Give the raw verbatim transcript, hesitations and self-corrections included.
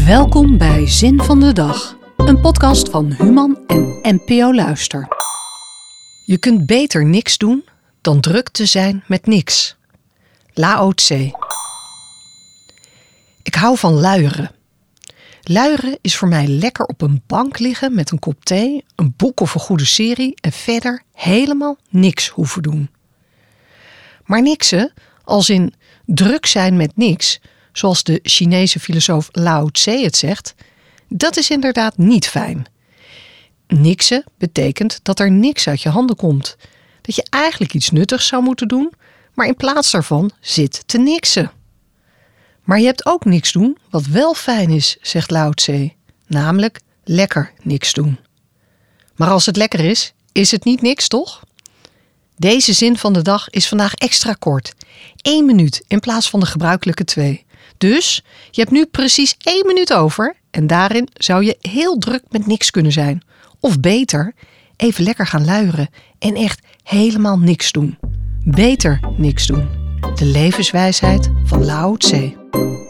Welkom bij Zin van de Dag, een podcast van Human en N P O Luister. Je kunt beter niks doen dan druk te zijn met niks. Lao Tse. Ik hou van luieren. Luieren is voor mij lekker op een bank liggen met een kop thee, een boek of een goede serie en verder helemaal niks hoeven doen. Maar niksen, als in druk zijn met niks, zoals de Chinese filosoof Lao Tse het zegt, dat is inderdaad niet fijn. Niksen betekent dat er niks uit je handen komt. Dat je eigenlijk iets nuttigs zou moeten doen, maar in plaats daarvan zit te niksen. Maar je hebt ook niks doen wat wel fijn is, zegt Lao Tse, namelijk lekker niks doen. Maar als het lekker is, is het niet niks, toch? Deze zin van de dag is vandaag extra kort. Eén minuut in plaats van de gebruikelijke twee. Dus je hebt nu precies één minuut over en daarin zou je heel druk met niks kunnen zijn. Of beter, even lekker gaan luieren en echt helemaal niks doen. Beter niks doen. De levenswijsheid van Lao Tse.